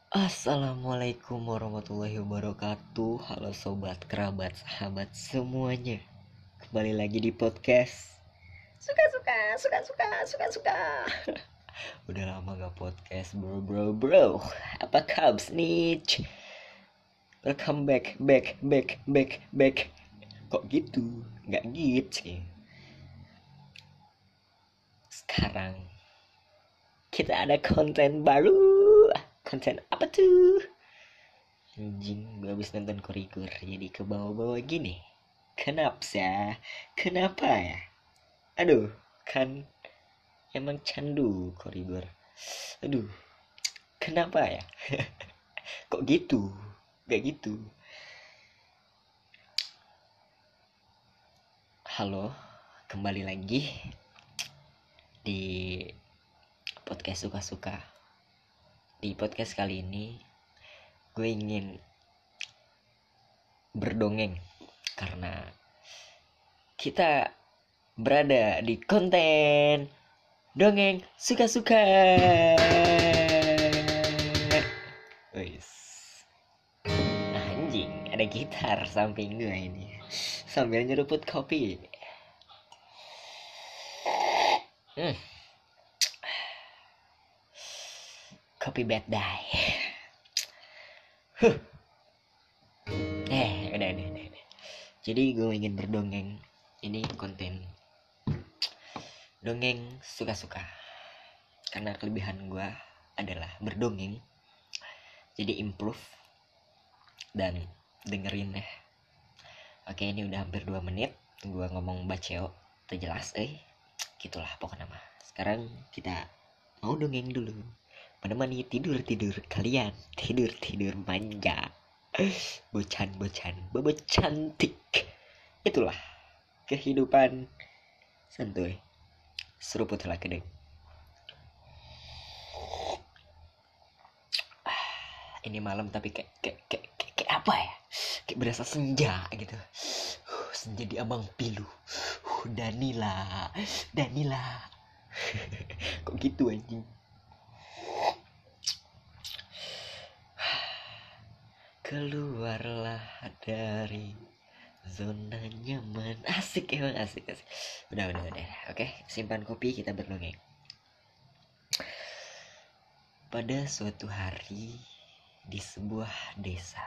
Assalamualaikum warahmatullahi wabarakatuh. Halo sobat, kerabat, sahabat semuanya. Kembali lagi di podcast suka. Udah lama gak podcast bro. Apa kabs nih? Welcome back. Kok gitu? Gak gitu. Sekarang kita ada konten baru. Konten apa tuh? Anjing, gue habis nonton Korigor jadi ke bawah-bawah gini. Kenapa ya? Aduh, kan emang candu Korigor. Aduh, kenapa ya? Kok gitu? Gak gitu. Halo, kembali lagi di podcast suka-suka. Di podcast kali ini gue ingin berdongeng karena kita berada di konten dongeng suka-suka. Wis. Anjing, ada gitar samping gue ini. Sambil nyeruput kopi. Kopi bad day. Udah. Jadi gue ingin berdongeng. Ini konten dongeng suka-suka. Karena kelebihan gue adalah berdongeng. Jadi improve dan dengerin ya. Oke, ini udah hampir 2 menit gue ngomong baceo terjelas gitulah pokoknya mah. Sekarang kita mau dongeng dulu, menemani tidur kalian, tidur manja, bocan bobot cantik. Itulah kehidupan santuy. Seruputlah kedeng. Ini malam tapi kayak apa ya? Kayak berasa senja gitu. Senja di Abang Pilu. Danila. Kok gitu anjing? Keluarlah dari zona nyaman. Asik emang asik. Udah. Oke, simpan kopi, kita berdongeng. Pada suatu hari di sebuah desa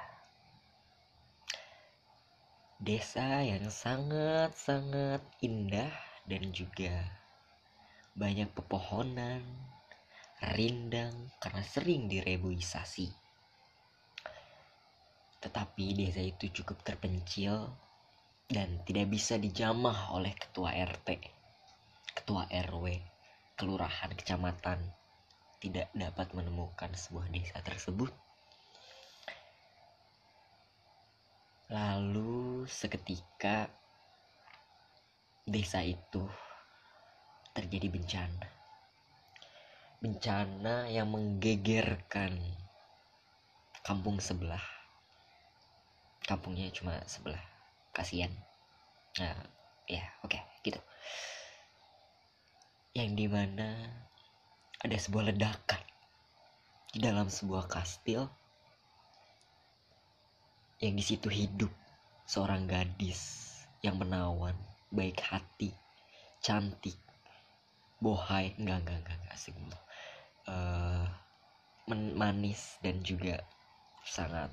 yang sangat indah dan juga banyak pepohonan, rindang karena sering direboisasi. Tetapi desa itu cukup terpencil dan tidak bisa dijamah oleh ketua RT, ketua RW, kelurahan, kecamatan. Tidak dapat menemukan sebuah desa tersebut. Lalu seketika desa itu terjadi bencana. Bencana yang menggegerkan kampung sebelah. Kampungnya cuma sebelah. Kasian. Nah, ya oke, gitu. Yang dimana ada sebuah ledakan di dalam sebuah kastil yang di situ hidup seorang gadis yang menawan, baik hati, cantik, bohai, enggak asik, manis dan juga sangat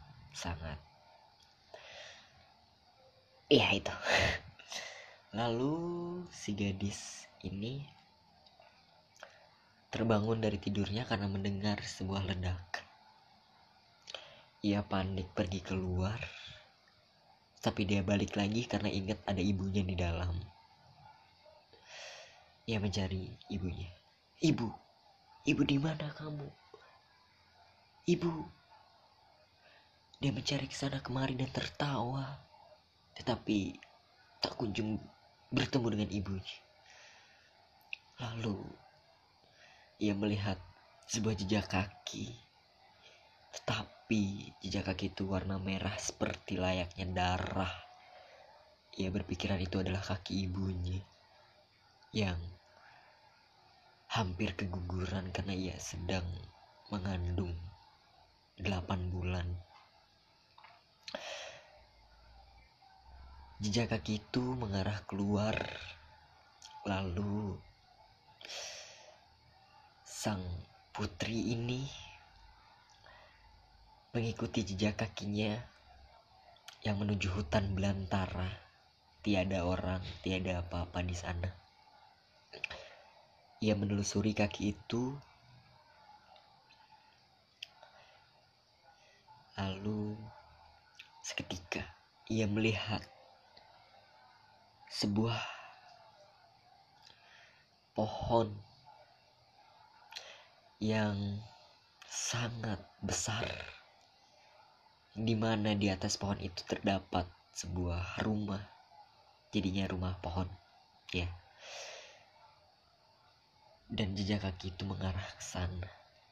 iya itu. Lalu si gadis ini terbangun dari tidurnya karena mendengar sebuah ledakan. Ia panik pergi keluar, tapi dia balik lagi karena ingat ada ibunya di dalam. Ia mencari ibunya. Ibu di mana kamu? Ibu. Dia mencari kesana kemari dan tertawa, tetapi tak kunjung bertemu dengan ibunya. Lalu ia melihat sebuah jejak kaki, tetapi jejak kaki itu warna merah seperti layaknya darah. Ia berpikiran itu adalah kaki ibunya yang hampir keguguran karena ia sedang mengandung. 8 bulan. Jejak kaki itu mengarah keluar, lalu sang putri ini mengikuti jejak kakinya yang menuju hutan belantara. Tiada orang, tiada apa-apa di sana. Ia menelusuri kaki itu, lalu seketika ia melihat sebuah pohon yang sangat besar, di mana di atas pohon itu terdapat sebuah rumah, jadinya rumah pohon, ya. Dan jejak kaki itu mengarah ke sana.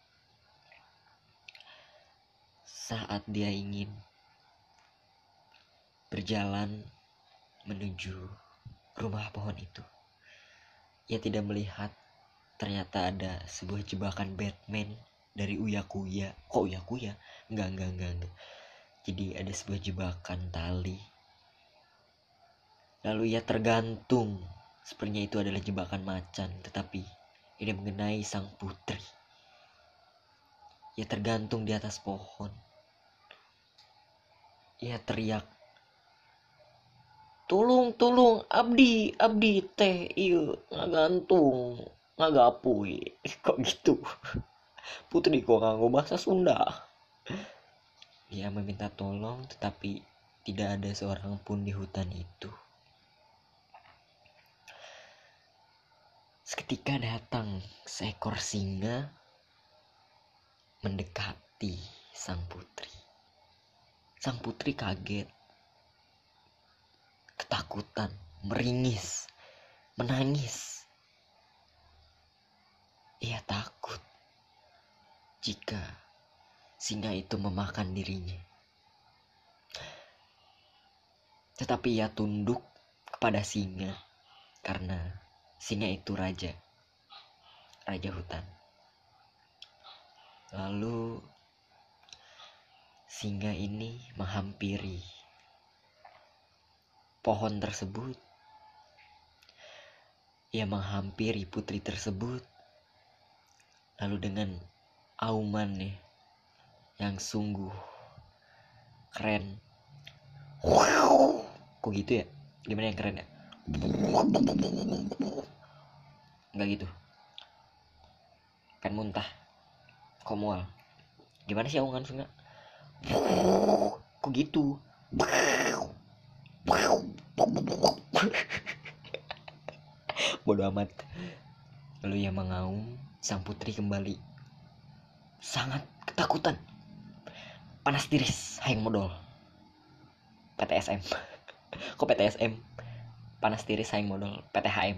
Saat dia ingin berjalan menuju rumah pohon itu, ia tidak melihat ternyata ada sebuah jebakan Batman dari Uya Kuya. Kok Uya Kuya? Enggak. Jadi ada sebuah jebakan tali. Lalu ia tergantung. Sepertinya itu adalah jebakan macan, tetapi ini mengenai sang putri. Ia tergantung di atas pohon. Ia teriak, Tolong, abdi teh, iya, ngagantung, ngagapui." Kok gitu? Putri kok nganggo bahasa Sunda. Dia meminta tolong, tetapi tidak ada seorang pun di hutan itu. Seketika datang seekor singa mendekati sang putri. Sang putri kaget, ketakutan, meringis, menangis. Ia takut jika singa itu memakan dirinya. Tetapi ia tunduk kepada singa karena singa itu raja hutan. Lalu singa ini menghampiri pohon tersebut. Ia menghampiri putri tersebut. Lalu dengan aumannya yang sungguh keren. Kok gitu ya? Gimana yang keren ya? Enggak gitu. Pengen muntah. Kok mual? Gimana sih aungan singa? Kok gitu? Bodoh amat. Lalu ia mengaum. Sang putri kembali sangat ketakutan. Panas tiris, hayang modal. PTSM. Kok PTSM? Panas tiris, hayang modal. PTHM.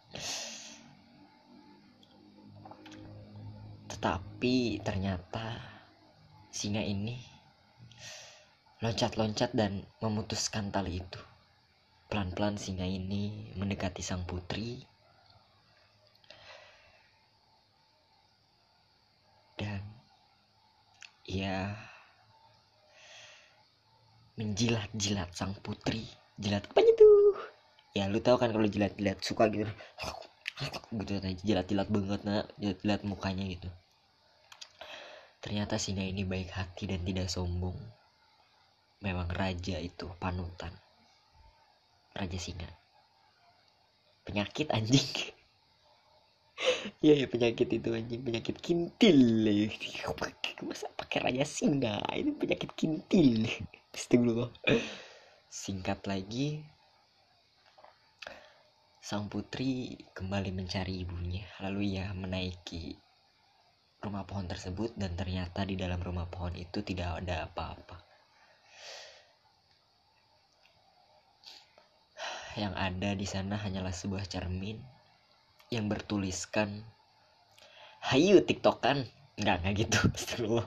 Tetapi ternyata singa ini loncat-loncat dan memutuskan tali itu. Pelan-pelan singa ini mendekati sang putri. Dan ia menjilat-jilat sang putri. Jilat apanya tuh? Ya lu tahu kan kalau jilat-jilat suka gitu. Gitu jilat-jilat banget, nah, jilat-jilat mukanya gitu. Ternyata singa ini baik hati dan tidak sombong. Memang raja itu panutan. Raja singa. Penyakit anjing. Iya penyakit itu anjing, penyakit kintil. Masa pakai raja singa? Ini penyakit kintil. Astagfirullah. Singkat lagi, sang putri kembali mencari ibunya. Lalu ia menaiki rumah pohon tersebut dan ternyata di dalam rumah pohon itu tidak ada apa-apa. Yang ada di sana hanyalah sebuah cermin yang bertuliskan, "Hayu tiktokan." Enggak gitu. Astagfirullah.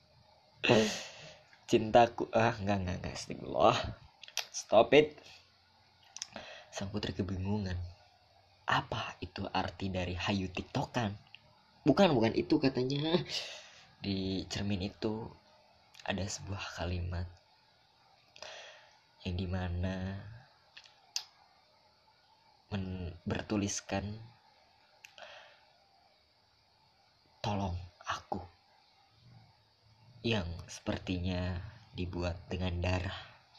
Cintaku. Enggak. Astagfirullah. Stop it. Sang putri kebingungan. Apa itu arti dari hayu tiktokan? Bukan itu katanya. Di cermin itu ada sebuah kalimat yang dimana bertuliskan, tolong aku, yang sepertinya dibuat dengan darah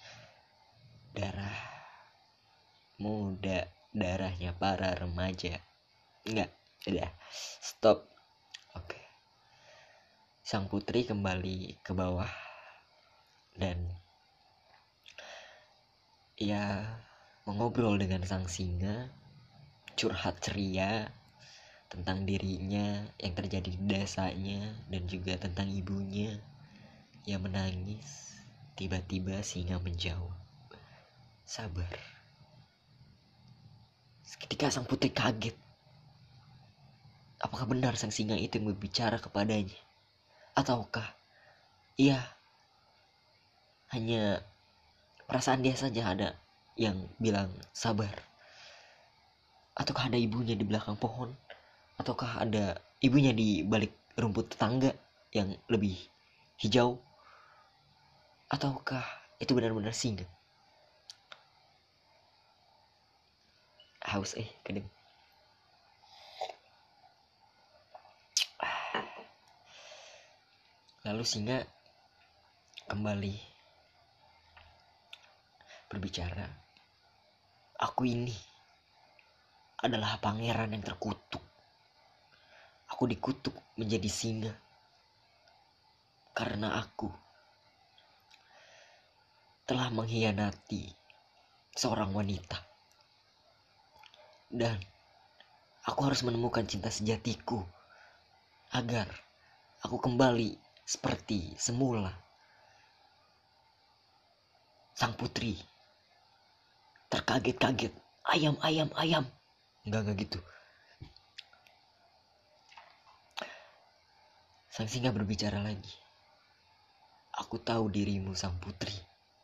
muda, darahnya para remaja. Enggak, udah stop. Oke. Sang putri kembali ke bawah dan ia mengobrol dengan sang singa, curhat ceria tentang dirinya yang terjadi di desanya dan juga tentang ibunya yang menangis. Tiba-tiba singa menjawab, "Sabar." Seketika sang putri kaget. Apakah benar sang singa itu yang berbicara kepadanya? Ataukah ia hanya perasaan dia saja ada yang bilang sabar? Ataukah ada ibunya di belakang pohon? Ataukah ada ibunya di balik rumput tetangga yang lebih hijau? Ataukah itu benar-benar singa? Haus kedeng. Lalu singa kembali berbicara, "Aku ini adalah pangeran yang terkutuk. Aku dikutuk menjadi singa karena aku telah mengkhianati seorang wanita. Dan aku harus menemukan cinta sejatiku agar aku kembali seperti semula." Sang putri terkaget-kaget. Ayam. Enggak gitu. Sang singa berbicara lagi, "Aku tahu dirimu, sang putri.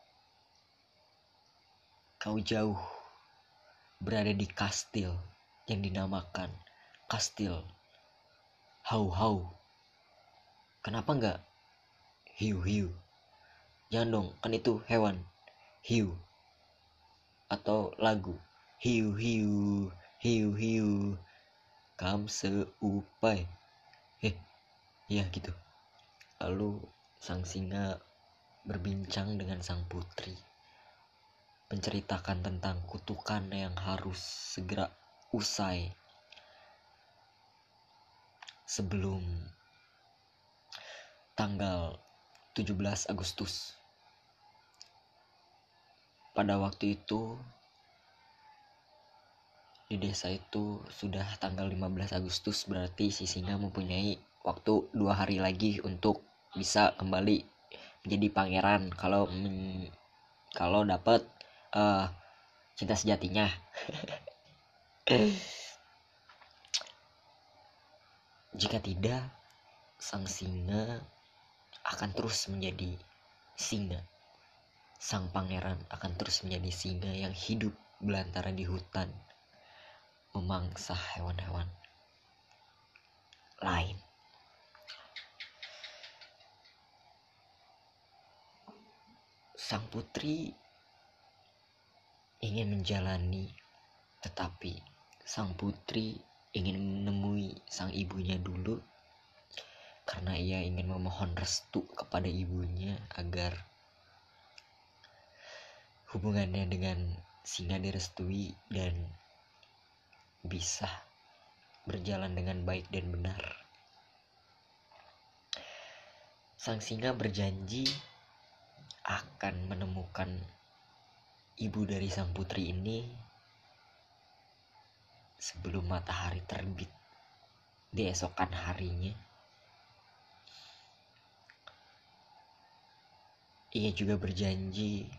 Kau jauh berada di kastil yang dinamakan Kastil Hau-Hau. Kenapa enggak hiu-hiu? Jangan dong, kan itu hewan. Hiu. Atau lagu. Hiu-hiu, hiu-hiu, kam seupai." Ya gitu. Lalu sang singa berbincang dengan sang putri, menceritakan tentang kutukan yang harus segera usai sebelum tanggal 17 Agustus. Pada waktu itu di desa itu sudah tanggal 15 Agustus, berarti si singa mempunyai waktu 2 hari lagi untuk bisa kembali menjadi pangeran kalau dapat cinta sejatinya. Jika tidak, sang singa akan terus menjadi singa. Sang pangeran akan terus menjadi singa yang hidup belantara di hutan, memangsa hewan-hewan lain. Sang putri ingin menjalani, tetapi sang putri ingin menemui sang ibunya dulu karena ia ingin memohon restu kepada ibunya agar hubungannya dengan singa direstui dan bisa berjalan dengan baik dan benar. Sang singa berjanji akan menemukan ibu dari sang putri ini sebelum matahari terbit di esokan harinya. Ia juga berjanji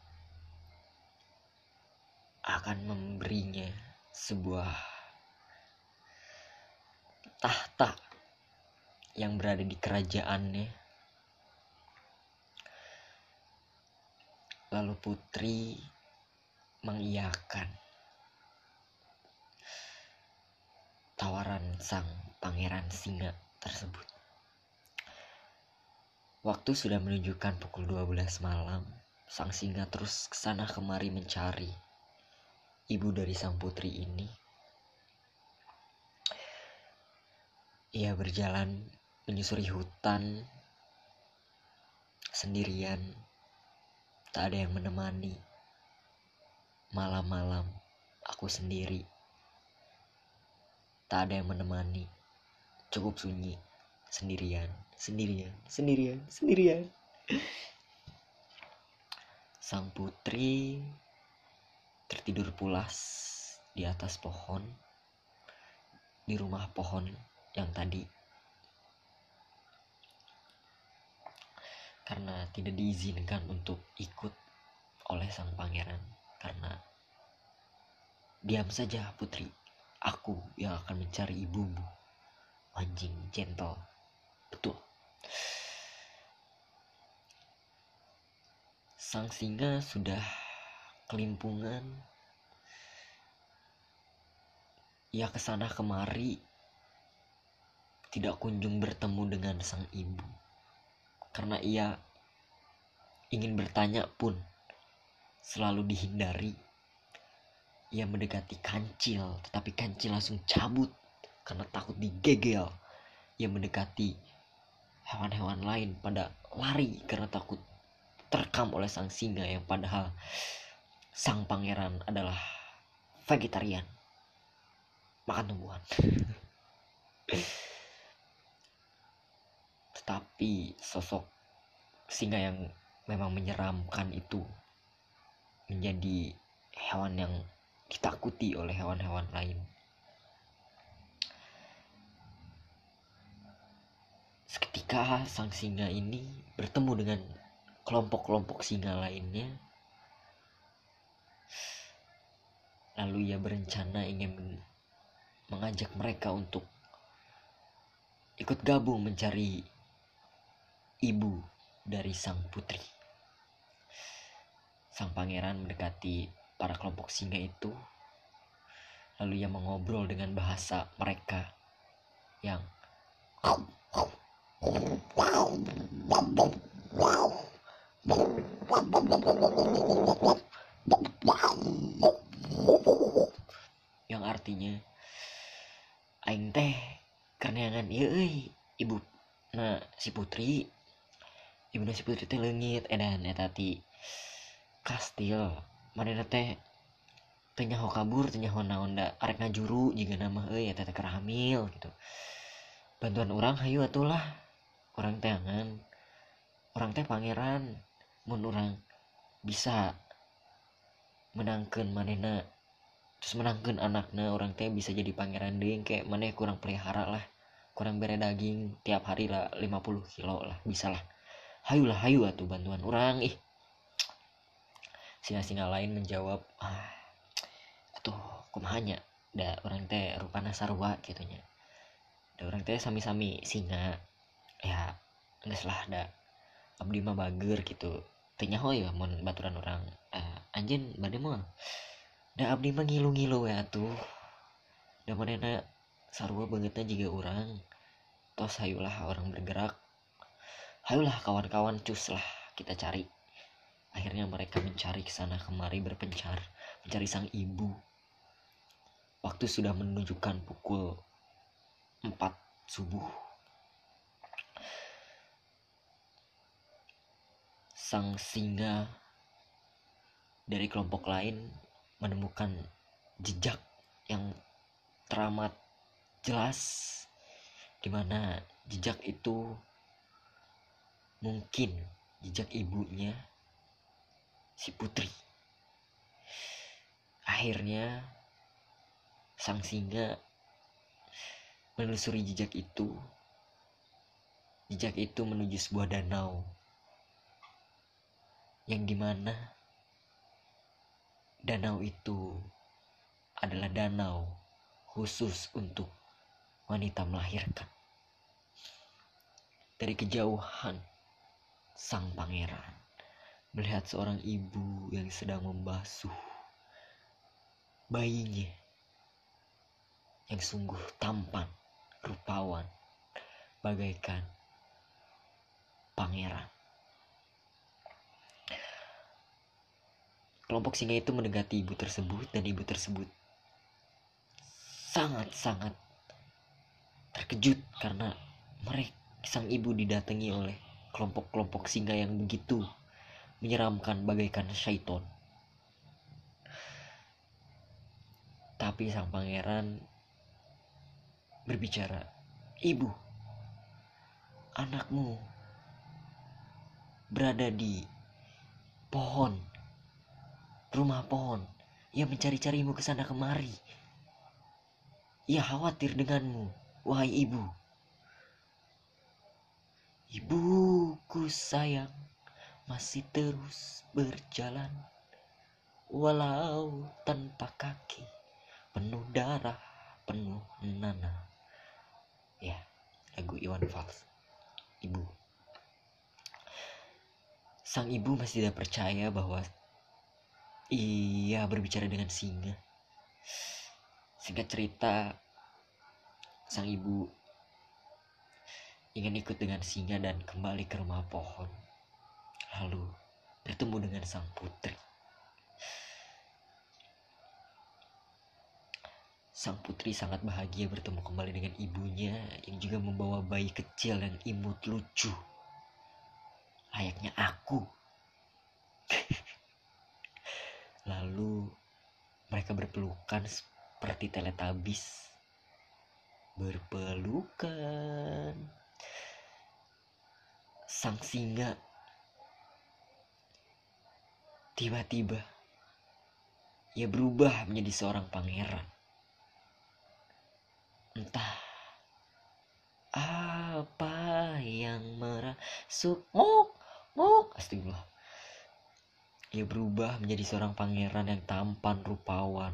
akan memberinya sebuah tahta yang berada di kerajaannya. Lalu putri mengiyakan tawaran sang pangeran singa tersebut. Waktu sudah menunjukkan pukul 12 malam. Sang singa terus kesana kemari mencari ibu dari sang putri ini. Ia berjalan menyusuri hutan sendirian. Tak ada yang menemani. Malam-malam aku sendiri. Tak ada yang menemani. Cukup sunyi. Sendirian. Sang putri tertidur pulas di atas pohon, di rumah pohon yang tadi, karena tidak diizinkan untuk ikut oleh sang pangeran. Karena diam saja putri, aku yang akan mencari ibumu. Anjing, gentle, betul. Sang singa sudah kelimpungan. Ia kesana kemari, tidak kunjung bertemu dengan sang ibu. Karena ia ingin bertanya pun selalu dihindari. Ia mendekati kancil, tetapi kancil langsung cabut karena takut digegel. Ia mendekati hewan-hewan lain pada lari karena takut terkam oleh sang singa, yang padahal sang pangeran adalah vegetarian, makan tumbuhan. Tetapi sosok singa yang memang menyeramkan itu menjadi hewan yang ditakuti oleh hewan-hewan lain. Seketika sang singa ini bertemu dengan kelompok-kelompok singa lainnya. Lalu ia berencana ingin mengajak mereka untuk ikut gabung mencari ibu dari sang putri. Sang pangeran mendekati para kelompok singa itu. Lalu ia mengobrol dengan bahasa mereka yang artinya, aing teh kerneangan ieu euy ibu na si putri. Ibuna si putri teh leungit edan eta ti kastil. Manehna teh teu nyaho kabur, teu nyaho naon da arek ngajuru jiga nama euy eta teh keur hamil gitu. Bantuan urang hayu atuh lah. Urang teh angan. Urang teh pangeran. Mun urang bisa menangkeun manehna, terus menangkeun anakna, urang teh bisa jadi pangeran deui. Kayak maneh kurang pelihara lah. Kurang bere daging tiap hari lah 50 kilo lah, bisa lah. Hayu atuh bantuan urang ih. Singa-singa lain menjawab, atuh kumahanya da urang teh rupana sarua gitu nya. Da urang teh sami-sami singa. Ya geus lah da abdi mah bager gitu. Teu nyaho ya mun baturan urang. Anjeun bade moal. Da abdi mah ngilu-ngilu we atuh. Da manehna sarua beungeutna jiga urang. Tos hayulah orang bergerak. Hayulah kawan-kawan, cus lah kita cari. Akhirnya mereka mencari kesana kemari, berpencar mencari sang ibu. Waktu sudah menunjukkan pukul 4 subuh. Sang singa dari kelompok lain menemukan jejak yang teramat jelas, di mana jejak itu mungkin jejak ibunya si putri. Akhirnya sang singa menelusuri jejak itu. Jejak itu menuju sebuah danau, yang dimana danau itu adalah danau khusus untuk wanita melahirkan. Dari kejauhan, sang pangeran melihat seorang ibu yang sedang membasuh bayinya yang sungguh tampan, rupawan, bagaikan pangeran. Kelompok singa itu mendekati ibu tersebut, dan ibu tersebut sangat-sangat terkejut karena sang ibu didatangi oleh kelompok-kelompok singa yang begitu menyeramkan bagaikan syaiton. Tapi sang pangeran berbicara, "Ibu, anakmu berada di rumah pohon. Ia mencari-carimu ke sana kemari. Ia khawatir denganmu, wahai ibu." "Ibuku sayang masih terus berjalan, walau tanpa kaki, penuh darah, penuh nanah." Ya, lagu Iwan Fals. Ibu. Sang ibu masih tidak percaya bahwa ia berbicara dengan singa. Singkat cerita, sang ibu ingin ikut dengan singa dan kembali ke rumah pohon, lalu bertemu dengan sang putri. Sang putri sangat bahagia bertemu kembali dengan ibunya yang juga membawa bayi kecil yang imut lucu, layaknya aku. Lalu mereka berpelukan seperti Teletubbies. Berpelukan. Sang singa tiba-tiba ia berubah menjadi seorang pangeran. Entah apa yang merasuk. Ngok. Astagfirullah. Ia berubah menjadi seorang pangeran yang tampan rupawan.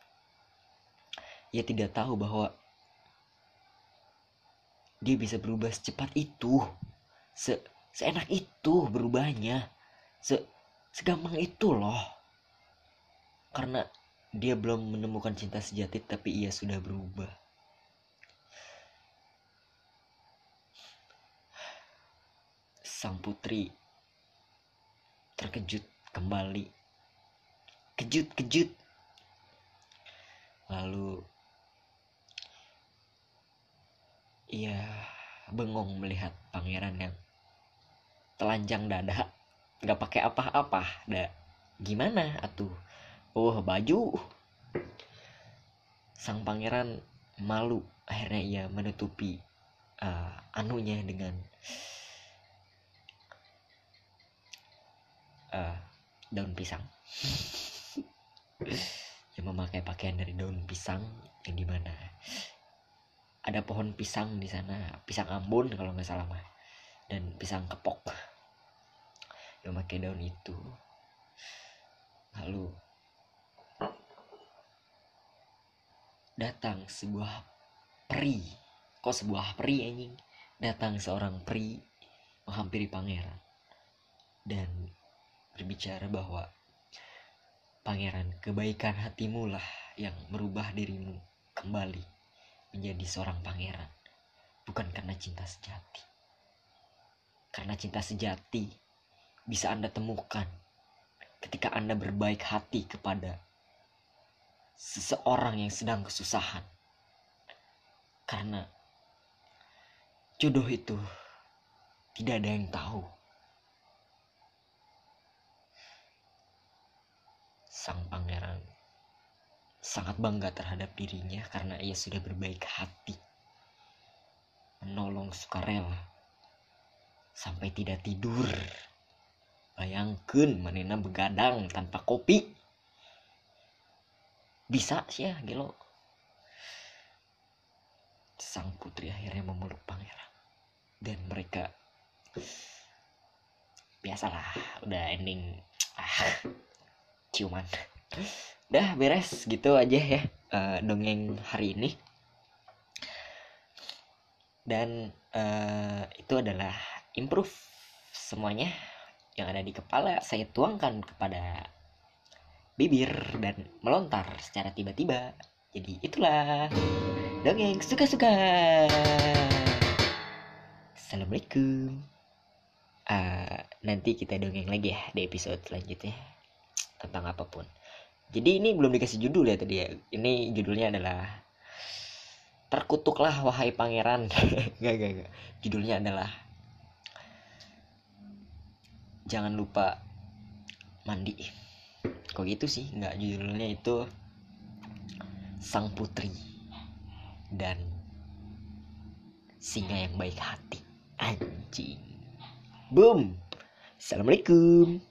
Ia tidak tahu bahwa dia bisa berubah secepat itu, seenak itu berubahnya, segampang itu loh. Karena dia belum menemukan cinta sejati, tapi ia sudah berubah. Sang putri terkejut kembali. Kejut. Lalu ia bengong melihat pangeran yang telanjang dada, gak pakai apa-apa. Gimana atuh? Baju. Sang pangeran malu. Akhirnya ia menutupi anunya dengan daun pisang. Ia memakai pakaian dari daun pisang, yang dimana ada pohon pisang di sana, pisang Ambon kalau nggak salah mah, dan pisang kepok. Ia memakai daun itu. Lalu datang sebuah peri. Kok sebuah peri anjing? Datang seorang peri menghampiri pangeran dan berbicara bahwa, "Pangeran, kebaikan hatimu lah yang merubah dirimu kembali menjadi seorang pangeran, bukan karena cinta sejati. Karena cinta sejati bisa Anda temukan ketika Anda berbaik hati kepada seseorang yang sedang kesusahan. Karena jodoh itu tidak ada yang tahu." Sang pangeran sangat bangga terhadap dirinya karena ia sudah berbaik hati, menolong sukarela sampai tidak tidur. Bayangkeun manehna begadang tanpa kopi. Bisa sih ya gelo. Sang putri akhirnya memeluk pangeran dan mereka, biasalah udah ending ciuman. Udah beres gitu aja ya dongeng hari ini. Dan itu adalah improve semuanya yang ada di kepala saya tuangkan kepada bibir dan melontar secara tiba-tiba. Jadi itulah dongeng suka-suka. Assalamualaikum. Nanti kita dongeng lagi ya di episode selanjutnya tentang apapun. Jadi ini belum dikasih judul ya tadi ya. Ini judulnya adalah Terkutuklah Wahai Pangeran. Gak. Judulnya adalah Jangan Lupa Mandi. Kok gitu sih? Nggak, judulnya itu Sang Putri dan Singa yang Baik Hati. Anjing. Boom. Assalamualaikum.